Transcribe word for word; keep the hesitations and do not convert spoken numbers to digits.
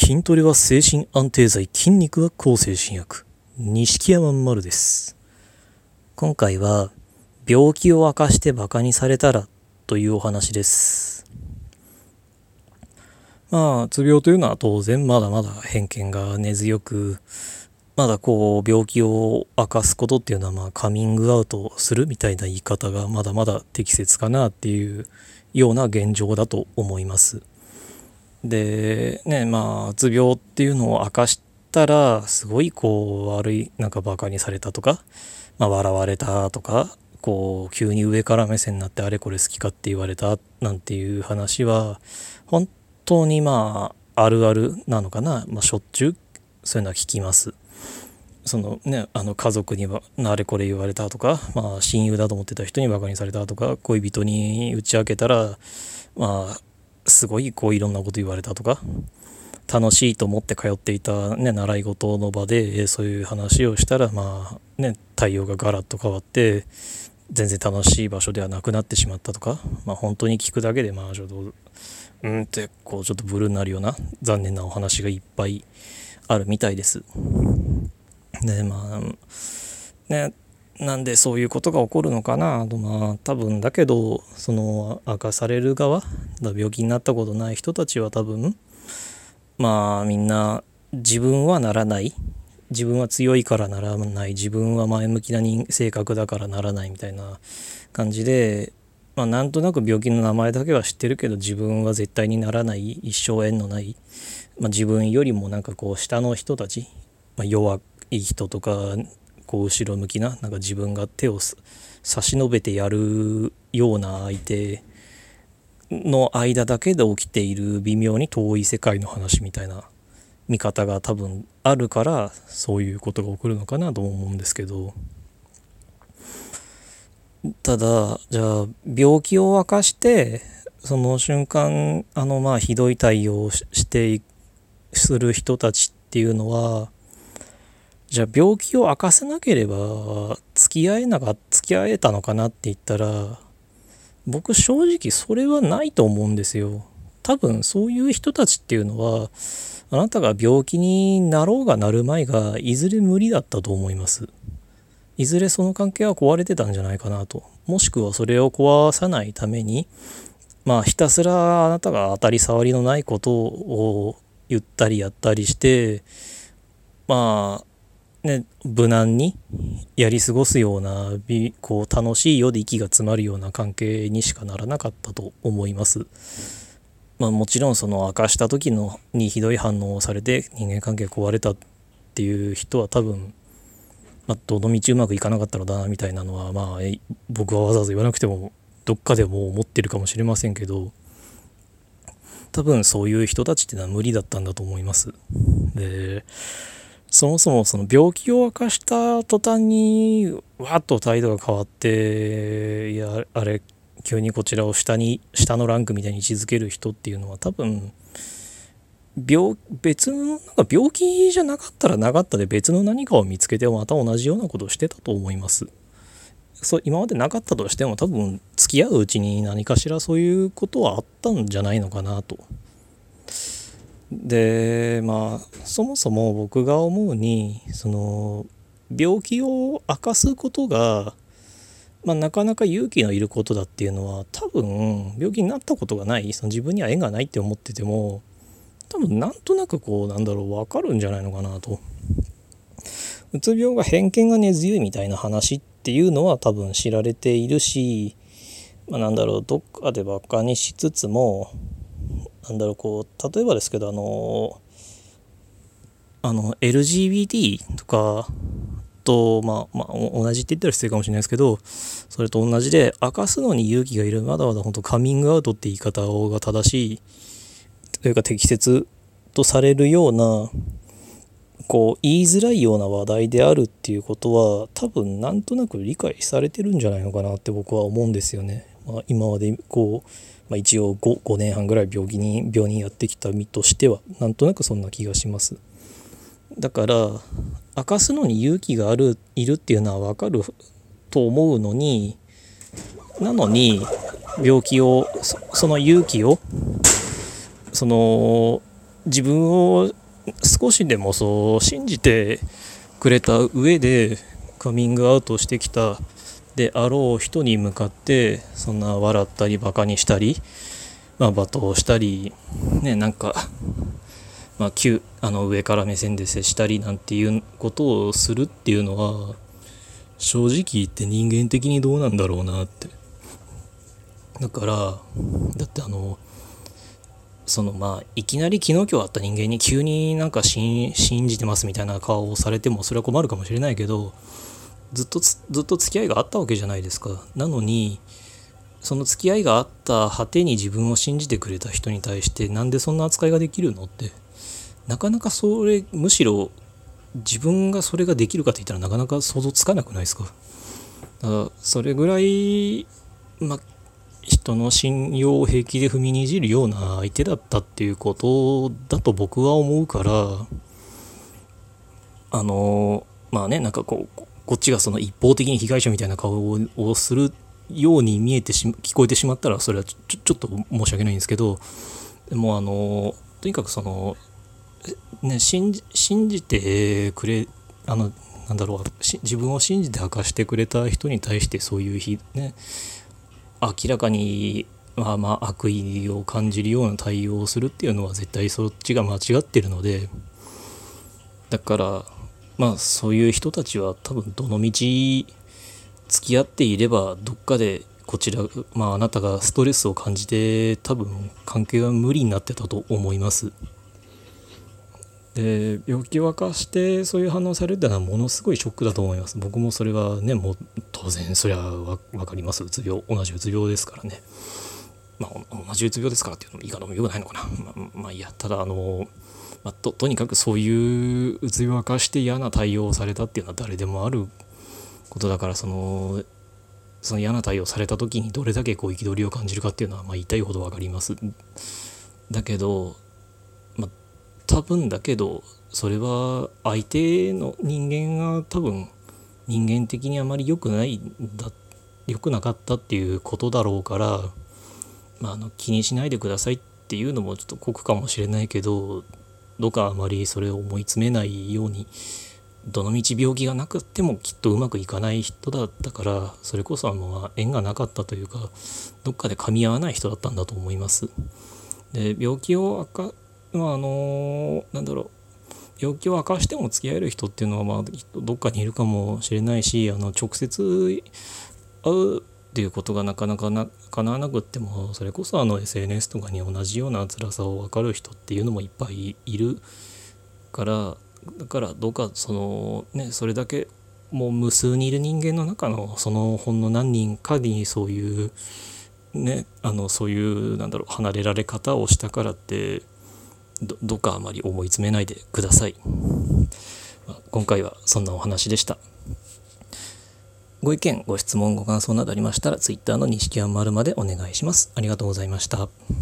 筋トレは精神安定剤、筋肉は抗精神薬。錦山丸です。今回は病気を明かしてバカにされたらというお話です。まあうつ病というのは当然まだまだ偏見が根強く、まだこう病気を明かすことっていうのはまあカミングアウトするみたいな言い方がまだまだ適切かなっていうような現状だと思います。でね、まあうつ病っていうのを明かしたらすごいこう悪い、なんかバカにされたとか、まあ、笑われたとか、こう急に上から目線になってあれこれ好きかって言われたなんていう話は本当にまああるあるなのかな、まあ、しょっちゅうそういうのは聞きます。そのね、あの家族にはあれこれ言われたとか、まあ、親友だと思ってた人にバカにされたとか、恋人に打ち明けたらまあすごいこういろんなこと言われたとか、楽しいと思って通っていた、ね、習い事の場でそういう話をしたらまあね対応がガラッと変わって全然楽しい場所ではなくなってしまったとか、まあ本当に聞くだけでまあちょっとうんってこうちょっとブルーになるような残念なお話がいっぱいあるみたいです。でまあね、なんでそういうことが起こるのかなと、まあ多分だけどその明かされる側、病気になったことない人たちは多分まあみんな自分はならない、自分は強いからならない、自分は前向きな人性格だからならないみたいな感じで、まあなんとなく病気の名前だけは知ってるけど自分は絶対にならない、一生縁のない、まあ、自分よりもなんかこう下の人たち、まあ、弱い人とかこう後ろ向きな、なんか自分が手を差し伸べてやるような相手の間だけで起きている微妙に遠い世界の話みたいな見方が多分あるからそういうことが起こるのかなと思うんですけど、ただじゃあ病気を明かしてその瞬間あのまあひどい対応をしてする人たちっていうのは、じゃあ病気を明かせなければ付き合えなか付き合えたのかなって言ったら、僕正直それはないと思うんですよ。多分そういう人たちっていうのはあなたが病気になろうがなるまいがいずれ無理だったと思います。いずれその関係は壊れてたんじゃないかなと。もしくはそれを壊さないためにまあひたすらあなたが当たり障りのないことを言ったりやったりしてまあね、無難にやり過ごすようなこう楽しいようで息が詰まるような関係にしかならなかったと思います。まあ、もちろんその明かした時のにひどい反応をされて人間関係壊れたっていう人は多分、まあ、どの道うまくいかなかったのだなみたいなのはまあ僕はわざわざ言わなくてもどっかでもう思ってるかもしれませんけど、多分そういう人たちってのは無理だったんだと思います。でそもそもその病気を明かした途端にわっと態度が変わって、いやあれ急にこちらを下に下のランクみたいに位置づける人っていうのは多分病別のなんか病気じゃなかったらなかったで別の何かを見つけてまた同じようなことをしてたと思います。そう今までなかったとしても多分付き合ううちに何かしらそういうことはあったんじゃないのかなと。でまあそもそも僕が思うにその病気を明かすことが、まあ、なかなか勇気のいることだっていうのは多分病気になったことがない、その自分には縁がないって思ってても多分なんとなくこうなんだろう分かるんじゃないのかなと。うつ病が偏見が根強いみたいな話っていうのは多分知られているし、まあ、なんだろうどっかでバカにしつつもなんだろうこう例えばですけどあのあの エルジービーティー とかとまあまあ同じって言ったら失礼かもしれないですけど、それと同じで明かすのに勇気がいる、まだまだ本当カミングアウトって言い方が正しいというか適切とされるようなこう言いづらいような話題であるっていうことは多分なんとなく理解されてるんじゃないのかなって僕は思うんですよね。まあ、今までこうまあ、一応 5, 5年半ぐらい病気に病人やってきた身としてはなんとなくそんな気がします。だから明かすのに勇気があるいるっていうのは分かると思うのに、なのに病気を そ, その勇気をその自分を少しでもそう信じてくれた上でカミングアウトしてきたであろう人に向かってそんな笑ったりバカにしたり、まあ、罵倒したりね、なんか、まあ、急あの上から目線で接したりなんていうことをするっていうのは正直言って人間的にどうなんだろうなって。だからだってあのそのまあいきなり気の今日あった人間に急になんか信じてますみたいな顔をされてもそれは困るかもしれないけど、ずっとずっと付き合いがあったわけじゃないですか。なのにその付き合いがあった果てに自分を信じてくれた人に対してなんでそんな扱いができるのって、なかなかそれむしろ自分がそれができるかって言ったらなかなか想像つかなくないですか。だからそれぐらい、まあ、人の信用を平気で踏みにじるような相手だったっていうことだと僕は思うから、あのまあね、なんかこうこっちがその一方的に被害者みたいな顔をするように見えてし聞こえてしまったらそれはちょ、ちょっと申し訳ないんですけど、でもあのとにかくそのね信じ信じてくれあのなんだろう自分を信じて明かしてくれた人に対してそういう日ね、明らかにまあまあ悪意を感じるような対応をするっていうのは絶対そっちが間違ってるので、だからまあそういう人たちは多分どの道付き合っていればどっかでこちら、まああなたがストレスを感じて多分関係は無理になってたと思います。で病気を明かしてそういう反応されるのはものすごいショックだと思います。僕もそれはねもう当然そりゃわ分かります。うつ病同じうつ病ですからね。まあ同じうつ病ですからっていうのも言い方もよくないのかな。まあ、まあいいや。ただあの、まあ、と, とにかくそういううつ病を明かして嫌な対応をされたっていうのは誰でもあることだから、そのその嫌な対応された時にどれだけこう憤りを感じるかっていうのはまあ痛いほど分かります。だけどまあ多分だけどそれは相手の人間が多分人間的にあまり良くないんだ良くなかったっていうことだろうから、まあ、あの気にしないでくださいっていうのもちょっと酷かもしれないけど、どうかあまりそれを思い詰めないように、どの道病気がなくてもきっとうまくいかない人だったから、それこそまあ縁がなかったというかどっかで噛み合わない人だったんだと思います。で病気を明かまああのなんだろう病気を明かしても付き合える人っていうのはまあどっかにいるかもしれないし、あの直接会うっていうことがなかなかな叶わなくっても、それこそあの エスエヌエス とかに同じような辛さを分かる人っていうのもいっぱいいるから、だからどうかそのねそれだけもう無数にいる人間の中のそのほんの何人かにそういうねあのそういうなんだろう離れられ方をしたからってど, どうかあまり思い詰めないでください。まあ、今回はそんなお話でした。ご意見ご質問ご感想などありましたら Twitter の錦山丸までお願いします。ありがとうございました。